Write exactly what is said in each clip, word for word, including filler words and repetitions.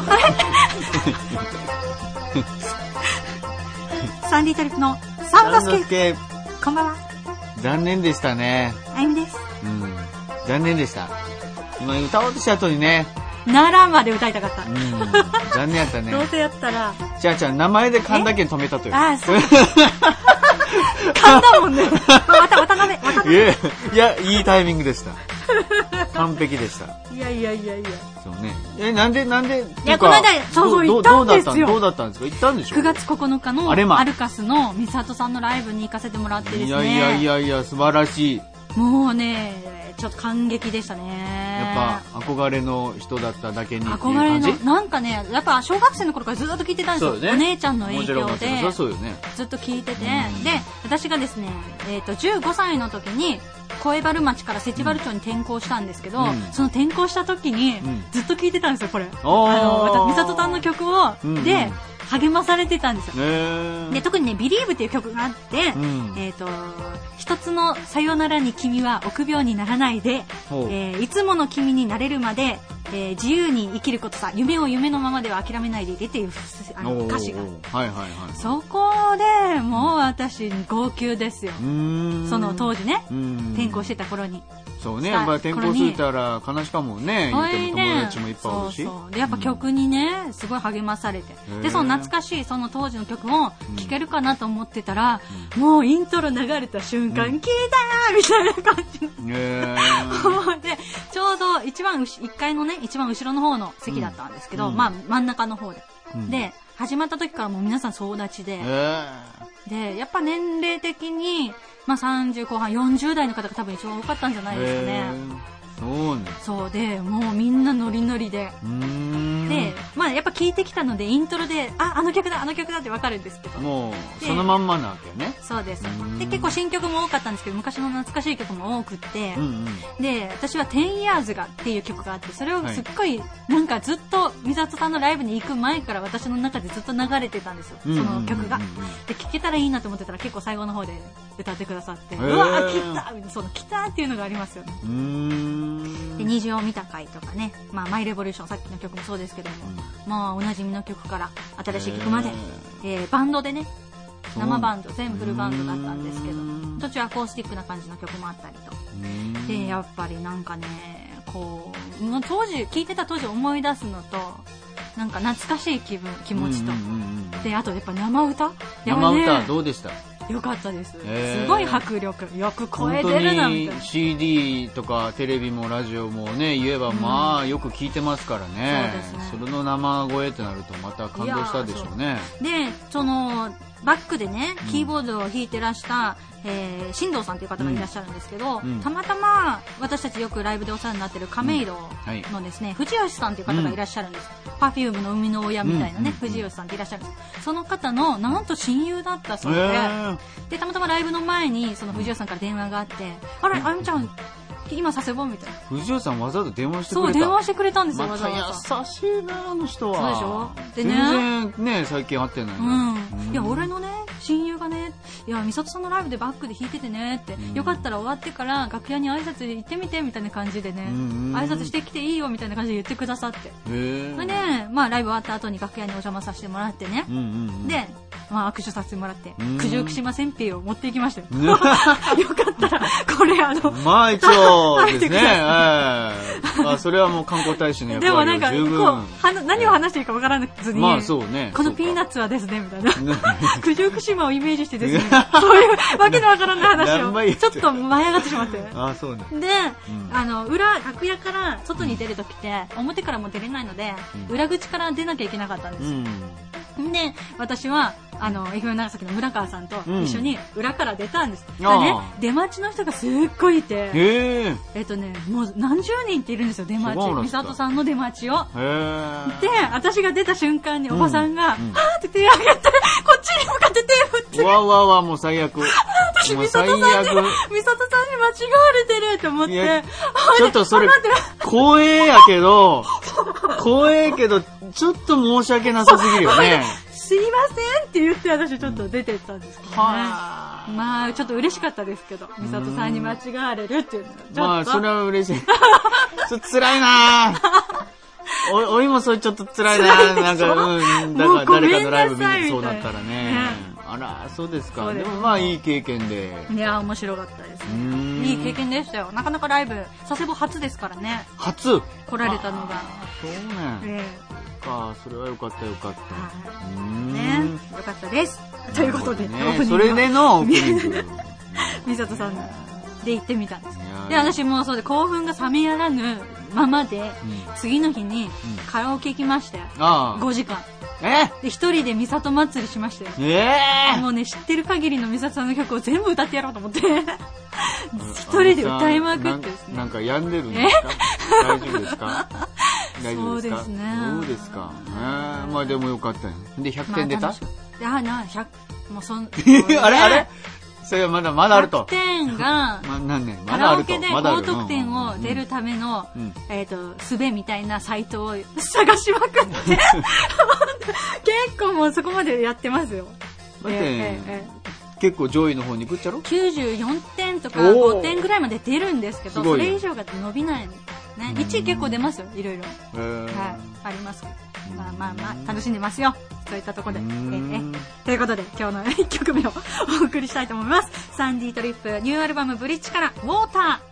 サンディートリップのサウンドスケープ。 ケこんばんは。 残念でしたね。 あゆみです。 うん。残念でした。今歌おうとした後にね。 奈良まで歌いたかった。 うん。残念やったね。 どうせやったら。 じゃあじゃあ名前で噛んだけ止めたという。 ああ、そう。噛んだもんね。また、渡辺、渡辺。 いや、いや、いいタイミングでした。完璧でした。 いやいやいやいや。 そうね。え、なんで、なんで、 いや、この間、そうそう、行ったんですよ。 どうだったんですか？行ったんでしょ？ くがつここのかの、アルカスの美里さんのライブに行かせてもらってですね。 いやいやいやいや、素晴らしい。 もうね、ちょっと感激でしたね。 やっぱ、憧れの人だっただけにっていう感じ？憧れの、 なんかね、やっぱ、小学生の頃からずっと聞いてたんですよ。ね、お姉ちゃんの影響で。 そうそうよね。 ずっと聞いてて、で、私がですね、えっと、じゅうごさいの時に、小原町から関原町に転校したんですけど、うん、その転校した時に、ずっと聞いてたんですよ、これ。うん、あの、美里さんの曲を、うんうん、で、励まされてたんですよ。で、特にね、Believe っていう曲があって、うん、えっと、一つのさよならに君は臆病にならないで、えー、いつもの君になれるまで、えー、自由に生きることさ、夢を夢のままでは諦めないでいてっていうあの歌詞が、はいはいはい、 そこでもう私号泣ですよ。その当時ね、転校してた頃に。 そうね、やっぱり転校してたら悲しかもね、言っても友達もいっぱいおるし。 そうそうで、やっぱ曲にね、すごい励まされて、で、その懐かしいその当時の曲を聴けるかなと思ってたら、うん、もうイントロ流れた瞬間、うん、聞いたーみたいな感じの。で、ちょうど一番一階のね、一番後ろの方の席だったんですけど、うん、まあ真ん中の方で。うん、で、始まった時からもう皆さん総立ちで、で、やっぱ年齢的に、まあさんじゅう後半、よんじゅう代の方が多分一番多かったんじゃないですかね。 そうね。 そうで、もうみんなノリノリで。うーんで、まあやっぱ聞いてきたので、イントロで、あ、あの曲だ、あの曲だってわかるんですけど。 もう、そのまんまなわけよね。 そうです。で、結構新曲も多かったんですけど、昔の懐かしい曲も多くって、うんうん、で、私はテンイヤーズがっていう曲があって、それをすっごい、はい、なんかずっと、美里さんのライブに行く前から私の中でずっと流れてたんですよ、その曲が。で、聴けたらいいなと思ってたら結構最後の方で歌ってくださって、うわー、来たみたいな、その来たっていうのがありますよね。うーんで虹を見た回とかね、まあ、マイレボリューションさっきの曲もそうですけども、うん、まあおなじみの曲から新しい曲まで、えー、バンドでね生バンド全部フルバンドだったんですけど途中アコースティックな感じの曲もあったりとでやっぱりなんかねこうもう当時聴いてた当時思い出すのとなんか懐かしい気分気持ちと、うんうんうん、であとやっぱ生歌生歌どうでした？ よかったです、えー、すごい迫力よく声出るなみたいなシーディー とかテレビもラジオもね言えばまあよく聞いてますからね、うん、そうですねそれの生声ってなるとまた感動したでしょうねでそのバックでねキーボードを弾いてらした、えー、新藤さんという方がいらっしゃるんですけど、うん、たまたま私たちよくライブでお世話になってる亀戸のですね、うんはい、藤吉さんという方がいらっしゃるんです、うん、Perfume の生みの親みたいなね、うん、藤吉さんっていらっしゃるんですその方のなんと親友だったそうで、えー、でたまたまライブの前にその藤吉さんから電話があってあれあゆみちゃん今佐世保みたいな藤吉さんわざわざ電話してくれたそう電話してくれたんですよ、 また優しいなあの人はそうでしょでね全然ね最近会ってないの、 うんうん、いや俺のね親友がねいや美里さんのライブでバックで弾いててねって、うん、よかったら終わってから楽屋に挨拶行ってみてみたいな感じでね、うんうん、挨拶してきていいよみたいな感じで言ってくださってで、ねまあ、ライブ終わった後に楽屋にお邪魔させてもらってね、うんうんうん、で、まあ、握手させてもらって九十九島せんべいを持っていきましたよ、うん、よかったらこれあのまあ一応ですね、えーまあ、それはもう観光大使の役割を十分でもなんかこうは何を話していいかわからずに、 まあそうね、 このピーナッツはですねみたいな九十九島をイメージしてですねそういうわけのわからない話をちょっと舞い上がってしまってあそうねで、うん、あの裏楽屋から外に出るときって表からも出れないので、うん、裏口から出なきゃいけなかったんですよ、うん、で私はあの エフエム 長崎の村川さんと一緒に裏から出たんです、うん、ね、出待ちの人がすっごいいてえっとねもう何十人っているんですよ出待ち美里さんの出待ちをで私が出た瞬間におばさんが、うんうん、はーって手を挙げてこっちに向かって手を振ってわわわもう最悪私美里さんに美里さんに間違われてると思ってちょっとそれ光栄やけど光栄けどちょっと申し訳なさすぎるよねすいませんって言って私ちょっと出てったんですけどね、うん、まあちょっと嬉しかったですけど美里さんに間違われるっていうのはちょっとまあそれは嬉しいちょっと辛いなお、おいもそれちょっと辛いな。なんか、うん、だから誰かのライブ見にそうなったらね。あら、そうですか。でもまあいい経験で。 いや、面白かったですね。いい経験でしたよ。なかなかライブ、佐世保初ですからね。 初来られたのが。 そうね。か、それはよかったよかった。 ね、よかったです。ということで、 それでのオープニング。 みさとさんで行ってみたんです。で、私もそうで興奮が冷めやらぬままで、次の日にカラオケ行きましたよ。ごじかん。 えで、一人でみさと祭りしましたよ。 えー、 もうね、知ってる限りのみさとさんの曲を全部歌ってやろうと思って。一人で歌いまくってですね。 なんか病んでるんですか？大丈夫ですか？大丈夫ですか？ そうですね。 そうですか。えー、まあでもよかったよ。で、ひゃくてん出た？ いや、な、ひゃく、もうそん、 あれあれそれはまだまだあると。 ひゃくてんが、 ま、何年カラオケで高得点を出るための、えっと、すべみたいなサイトを探しまくって、結構もうそこまでやってますよ。 だって、結構上位の方に行くっちゃろ ? きゅうじゅうよんてんとかごてんぐらいまで出るんですけど、それ以上が伸びないんですね。いちい結構出ますよ、いろいろ。はい、ありますけど。まあまあまあ、楽しんでますよ。そういったところで。ええということで、今日のいっきょくめをお送りしたいと思います。サンディトリップニューアルバムブリッジからウォーター。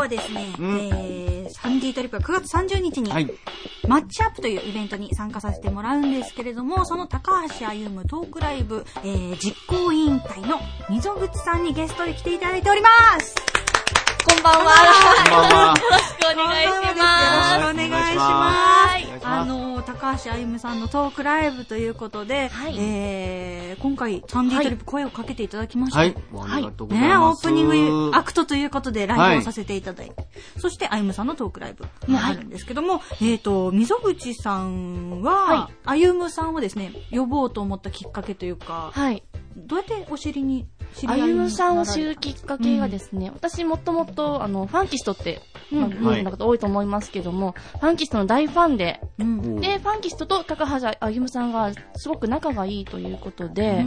はですね、 うん、 えー、サンディトリップはくがつさんじゅうにちに、はい、マッチアップというイベントに参加させてもらうんですけれども、その高橋歩夢トークライブ、えー、実行委員会の溝口さんにゲストで来ていただいております。 こんばんは。 こんばんは。 よろしくお願いします。 よろしくお願いします。あの、高橋歩夢さんのトークライブということで、はい、えー、今回サンディトリップ声をかけていただきました。 はい。ありがとうございます。 ね、オープニングアクトということでライブをさせていただいて、はい、そして歩夢さんのトークライブもあるんですけども、はい、えっと、溝口さんは、はい、歩夢さんをですね、呼ぼうと思ったきっかけというか、はい。どうやってお知りに歩夢さんを知るきっかけがですね、うん、私もともとあのファンキストって、うんまあ、ご存知の方多いと思いますけども、はい、ファンキストの大ファンで、うん、でファンキストと高橋歩夢さんがすごく仲がいいということで、うん、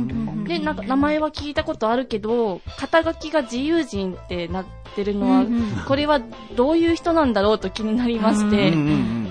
でなんか名前は聞いたことあるけど肩書きが自由人ってなってるのは、うん、これはどういう人なんだろうと気になりまして、うん、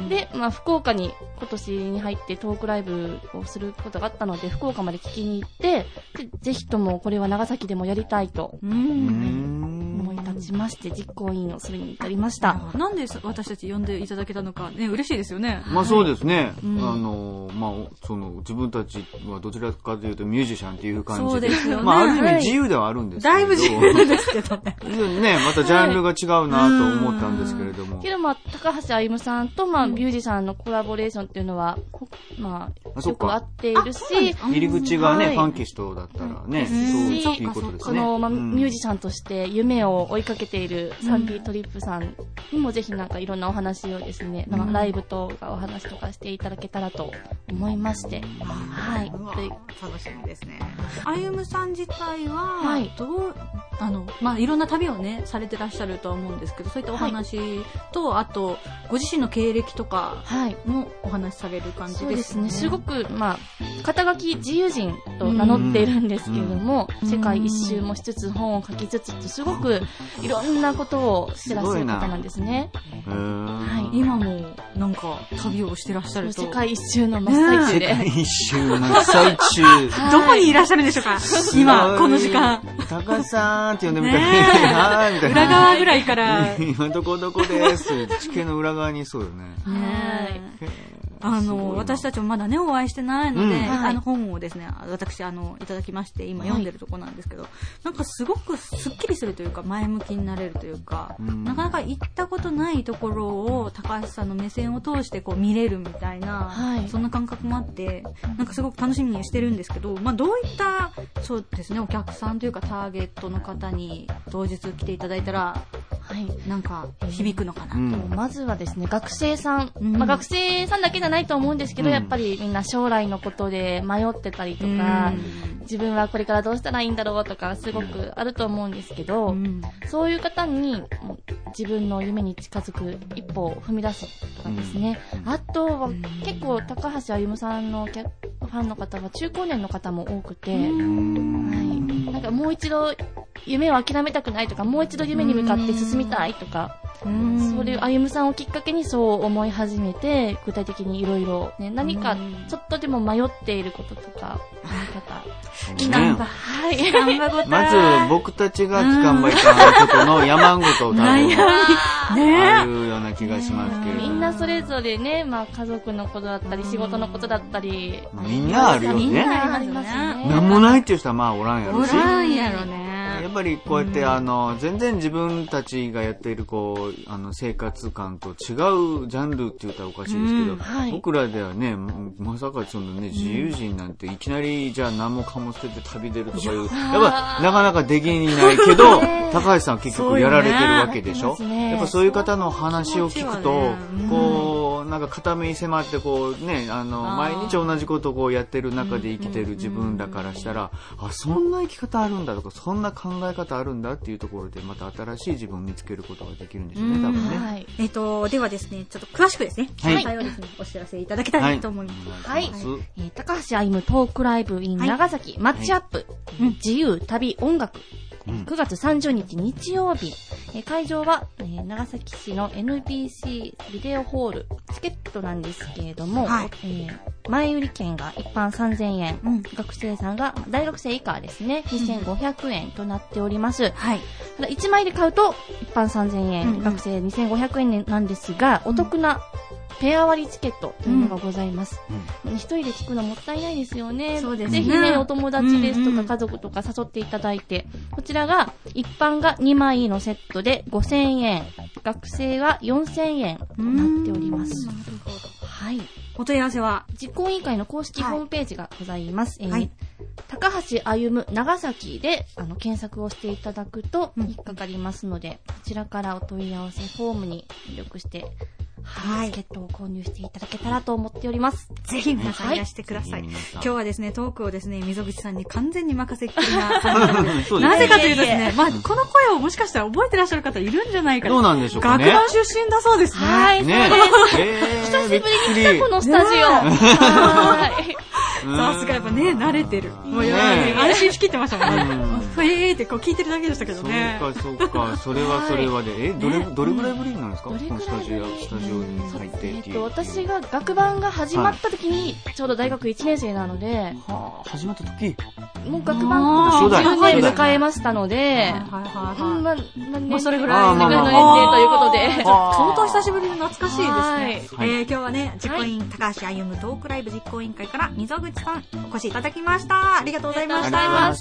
で、まあ、福岡に今年に入ってトークライブをすることがあったので福岡まで聞きに行ってでぜひともこれは長崎でもやりたいと思い立ちまして実行委員をするに至りました。 なんで私たち呼んでいただけたのかね嬉しいですよね。 まあそうですね、はい、あのまあその自分たちはどちらかというとミュージシャンっていう感じで、 そうですよね、 まあある意味自由ではあるんですけど、 だいぶ自由ですけどねねまたジャンルが違うなと思ったんですけれども、 けどまあ高橋歩夢さんとまあミュージシャンのコラボレーションっていうのはまあよく合っているし、 入り口がね、はい、ファンキストだったらね、そういうことですね。 その、まあ、ミュージシャンとして夢を追いかけているサンディトリップさんにもぜひなんかいろんなお話をですね、なんかライブとかお話とかしていただけたらと思いまして、はい。 楽しみですね。歩夢さん自体は、はい、どう、あの、まあ、いろんな旅をね、されてらっしゃるとは思うんですけど、そういったお話と、はい、あと、ご自身の経歴とかもお話しされる感じですね。そうですね。 すごく、まあ、肩書き自由人と名乗っているんですけれども、世界一周もしつつ本を書きつつすごくいろんなことをしてらっしゃる方なんですね。 はい、今もなんか旅をしてらっしゃると世界一周の真っ最中で、 世界一周の真っ最中どこにいらっしゃるんでしょうか今この時間。 高さんって呼んでみたら、はいみたいな、 裏側ぐらいから今どこどこです地形の裏側にそうよね。 はい。あの私たちもまだねお会いしてないので、うんはい、あの本をですね私あのいただきまして今読んでるとこなんですけど、はい、なんかすごくすっきりするというか前向きになれるというか、うん、なかなか行ったことないところを高橋さんの目線を通してこう見れるみたいな、はい、そんな感覚もあってなんかすごく楽しみにしてるんですけど、まあ、どういったそうですねお客さんというかターゲットの方に当日来ていただいたらはい、なんか響くのかなと、うん、 まずはですね学生さん、うんまあ、学生さんだけじゃないと思うんですけど、うん、やっぱりみんな将来のことで迷ってたりとか、うん、自分はこれからどうしたらいいんだろうとかすごくあると思うんですけど、うん、そういう方に自分の夢に近づく一歩を踏み出すとかですね、うん、あとは結構高橋歩夢さんのファンの方は中高年の方も多くて、うんはい、なんかもう一度夢を諦めたくないとかもう一度夢に向かって進みたいとか、うんそれ歩夢さんをきっかけにそう思い始めて具体的にいろいろ何かちょっとでも迷っていることとか期間馬はいまず僕たちが期間馬いたことの山ごと多分あるような気がしますけれどみんなそれぞれね、まあ、家族のことだったり仕事のことだったりみんなあるよね。 みんなありますね。 なんもないっていう人はまあおらんやろしおらんやろね。 やっぱりこうやって、うん、あの全然自分たちがやっているこうあの生活感と違うジャンルって言ったらおかしいですけど、うんはい、僕らではねまさかそのね自由人なんていきなりじゃあ何もかも捨てて旅出るとかいうやっぱなかなかできないけど高橋さんは結局やられてるわけでしょ、ね、やっぱそういう方の話を聞くと、ねうん、こうなんか片目に迫ってこうねあの毎日同じことをこうやってる中で生きてる自分だからしたら、うん、あそんな生き方あるんだとかそんな考え方あるんだっていうところでまた新しい自分を見つけることができるんですよね多分ね、はい、 えーとではですねちょっと詳しくですね詳細をですね、はい、お知らせいただきたいと思います。 はい、はいえー、高橋歩夢トークライブ in 長崎、はい、マッチアップ、はい、自由旅音楽くがつさんじゅうにち日曜日、えー、会場は、えー、長崎市の エヌビーシー ビデオホールチケットなんですけれども、はいえー、 前売り券が一般さんぜんえん、うん、学生さんが大学生以下ですねにせんごひゃくえんとなっております、うん、はい、ただいちまいで買うと一般さんぜんえん、うんうん、学生にせんごひゃくえんなんですが、お得なペア割りチケットというのがございます。うん、一人で聞くのもったいないですよね。そうですね。ぜひね、お友達ですとか家族とか誘っていただいて、うんうん、こちらが一般がにまいのセットでごせんえん、学生はよんせんえんとなっております。なるほど。はい。 お問い合わせは実行委員会の公式ホームページがございます。はい。えーはい、高橋歩長崎であの検索をしていただくと引っかかりますので、うん、こちらからお問い合わせフォームに入力して、はい、チケットを購入していただけたらと思っております。 ぜひ皆さんいらしてください。はい、今日はですね、トークをですね、溝口さんに完全に任せっきりな感じで。なぜかというとですね、まあ、この声をもしかしたら覚えてらっしゃる方いるんじゃないか。 どうなんでしょうかね。 学団出身だそうですね。 はい、ね、そうです。久しぶりに来たこのスタジオ。はい。 さすがやっぱね、慣れてる。もう安心しきってましたもんね。ふえーってこう聞いてるだけでしたけどね。 そうか、そうか。それはそれはで、え、どれ、どれぐらいぶりなんですか？このスタジオ、スタジオに入ってっていう。 えっと、私が学番が始まった時に、ちょうど大学いちねん生なので、 はあ、始まった時もう学番じゅうねん迎えましたので、まあ、それぐらいの年齢ということで、 相当久しぶりに懐かしいですね。えー、今日はね、実行委員、高橋歩トークライブ実行委員会から溝口さんお越しいただきました。ありがとうございました。 ありがとうございました。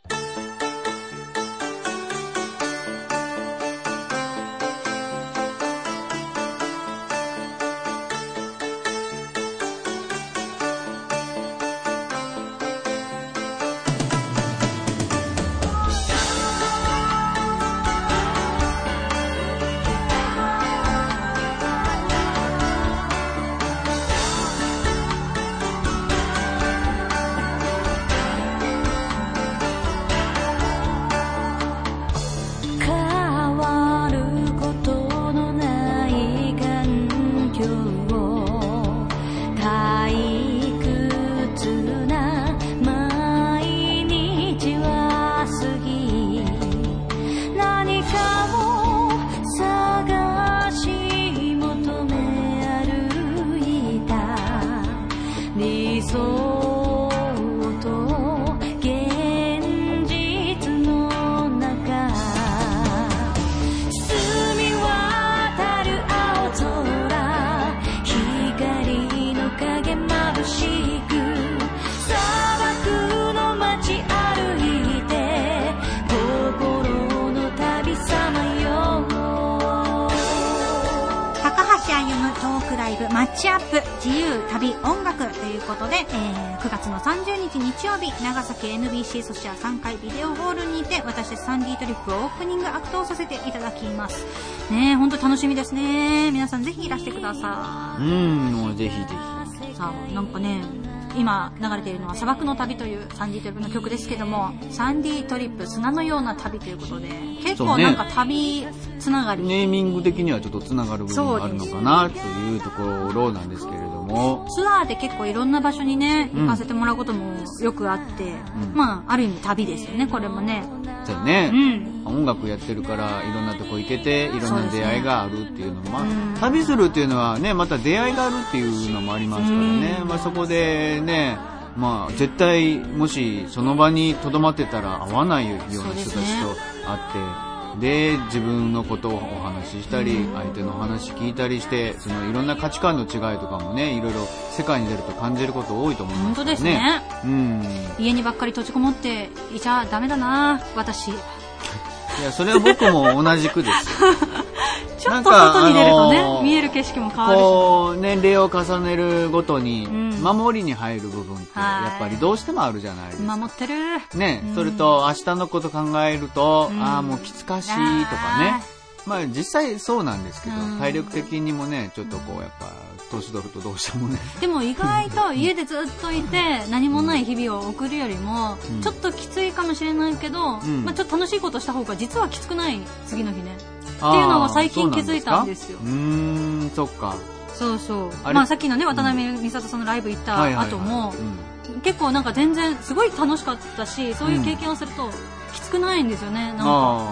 マッチアップ自由旅音楽ということで、えー、くがつのさんじゅうにち日曜日長崎 エヌビーシー ソシアさんかいビデオホールにて私たち サンディー トリップオープニングアクトをさせていただきますね。本当楽しみですね。皆さんぜひいらしてください。 うん、もうぜひぜひ。さあ、なんかね、今流れているのは砂漠の旅というサンディートリップの曲ですけども、サンディートリップ砂のような旅ということで、結構なんか旅つながり、 ね、ネーミング的にはちょっとつながる部分があるのかなというところなんですけれども、 ツアーで結構いろんな場所にね行かせてもらうこともよくあって、うん、まあある意味旅ですよね、これもね。 そうね、うん、音楽やってるからいろんなとこ行けていろんな出会いがあるっていうのも、まあ、うん、旅するっていうのはねまた出会いがあるっていうのもありますからね、うん、まあ、そこでね、まあ、絶対もしその場に留まってたら会わないような人たちと会って、で自分のことをお話ししたり、うん、相手の話聞いたりして、そのいろんな価値観の違いとかもね、いろいろ世界に出ると感じること多いと思いますからね。本当ですね、うん、 家にばっかり閉じこもっていちゃダメだな私。いや、それは僕も同じくですよ。 ちょっと外に出るとね、あのー、見える景色も変わるし、 こう年齢を重ねるごとに守りに入る部分ってやっぱりどうしてもあるじゃないですか。 守ってるね、うん、それと明日のこと考えると、うん、ああもうきつかしいとかね、まあ実際そうなんですけど、うん、体力的にもねちょっとこうやっぱ年取るとどうしてもね。 でも意外と家でずっといて何もない日々を送るよりも、うん、ちょっときついかもしれないけど、うん、まあちょっと楽しいことした方が実はきつくない、次の日ねっていうのを最近気づいたんですよ。 うーん、そっか。 そうそう。まあさっきのね、渡辺美里さんのライブ行った後も、結構なんか全然すごい楽しかったし、そういう経験をするときつくないんですよね。なんか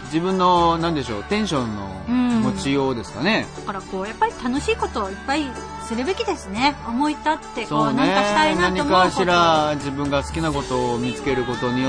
自分の、なんでしょう、テンションの持ちようですかね。 だからこう、やっぱり楽しいことをいっぱいするべきですね。思い立って、こう、なんかしたいなと思うこと。 何かしら自分が好きなことを見つけることによって、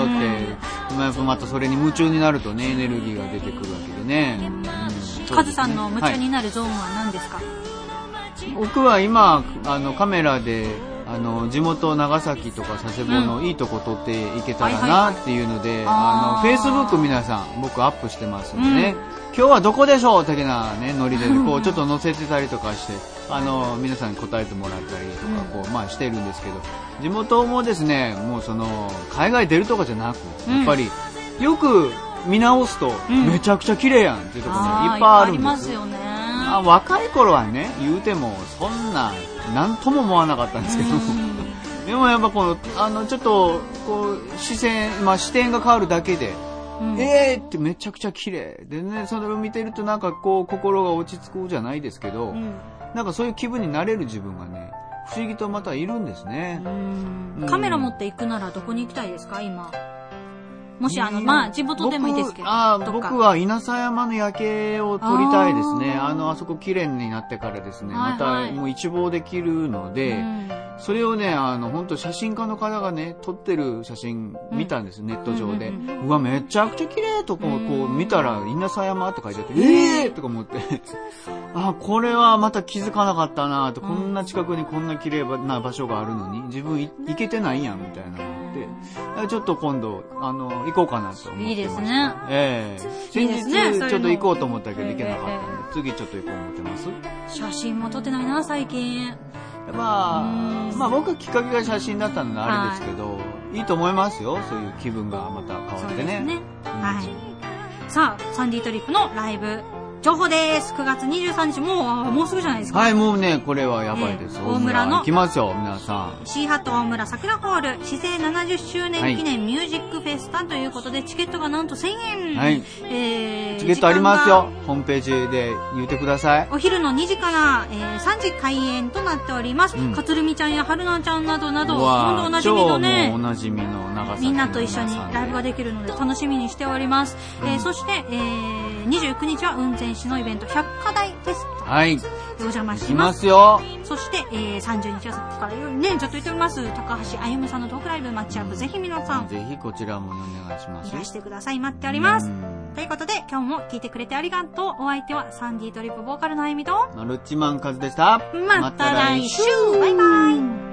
やっぱまたそれに夢中になるとね、エネルギーが出てくるわけでね。 うん、カズさんの夢中になるゾーンは何ですか？はい、 僕は今、あの、カメラで、あの、地元長崎とか佐世保のいいとこ撮っていけたらなっていうので、あの、Facebook 皆さん僕アップしてますんでね、うん、今日はどこでしょう的なね、ノリで、こう、ちょっと載せてたりとかして、あの、皆さんに答えてもらったりとか、こう、まあしてるんですけど、地元もですね、もうその、海外出るとかじゃなく、やっぱり、よく見直すと、めちゃくちゃ綺麗やんっていうところね、いっぱいあるんです。 ありますよね。 あ、若い頃はね、言うても、そんな、なんとも思わなかったんですけど、でもやっぱこの、あの、ちょっと、こう、視線、まあ視点が変わるだけで、うん、えーってめちゃくちゃ綺麗でね、それを見てるとなんかこう、心が落ち着くじゃないですけど、うん、なんかそういう気分になれる自分がね、不思議とまたいるんですね。 うん、カメラ持って行くならどこに行きたいですか、今。もしあの、まあ、地元でもいいですけど。 あ僕は稲佐山の夜景を撮りたいですね。あの、あそこ綺麗になってからですね、はいはい、またもう一望できるので、うん、それをね、あの、本当写真家の方がね、撮ってる写真見たんですよ、うん、ネット上で。うんうんうん、うわ、めちゃくちゃ綺麗とこう、こう見たら、稲佐山って書いてあって、うん、えーとか思って、あ、これはまた気づかなかったなと、こんな近くにこんな綺麗な場所があるのに、自分行けてないやん、みたいなので、ちょっと今度、あの、行こうかなと思ってました。 いいですね。 ええー。先日、ね、ちょっと行こうと思ったけど行けなかったんで、えー、次ちょっと行こう思ってます。 写真も撮ってないな、最近。 まあ、まあ僕きっかけが写真だったのであれですけど、はい、いいと思いますよ。そういう気分がまた変わってね。そうですね。 はい。さあ、サンディートリップのライブ。情報です。くがつにじゅうさんにち、もう、もうすぐじゃないですか。 はい、もうね、これはやばいです。えー、大村の。行きますよ、皆さん。 シーハット大村桜ホール、市制ななじゅっしゅうねん記念ミュージックフェスタということで、チケットがなんとせんえん。はい。えー、チケットありますよ。ホームページで言ってください。 お昼のにじから、えー、さんじ開演となっております。うん、かつるみちゃんやはるなちゃんなどなど、ほんとおなじみのね、 超もうおなじみの長崎のみんなと一緒にライブができるので楽しみにしております。うん、えー、そして、えー、にじゅうくにちは雲仙市のイベント百花大フェスト。 はい。 お邪魔します。 行きますよ。 そして、えー、さんじゅうにちはさっきからね、ずっと言っております、高橋あゆむさんのトークライブマッチアップ、ぜひ皆さん。 ぜひこちらもお願いします。 いらしてください。待っております。ということで、今日も聞いてくれてありがとう。お相手はサンディートリップボーカルのあゆみと、 マルチマンカズでした。 また来週バイバイ。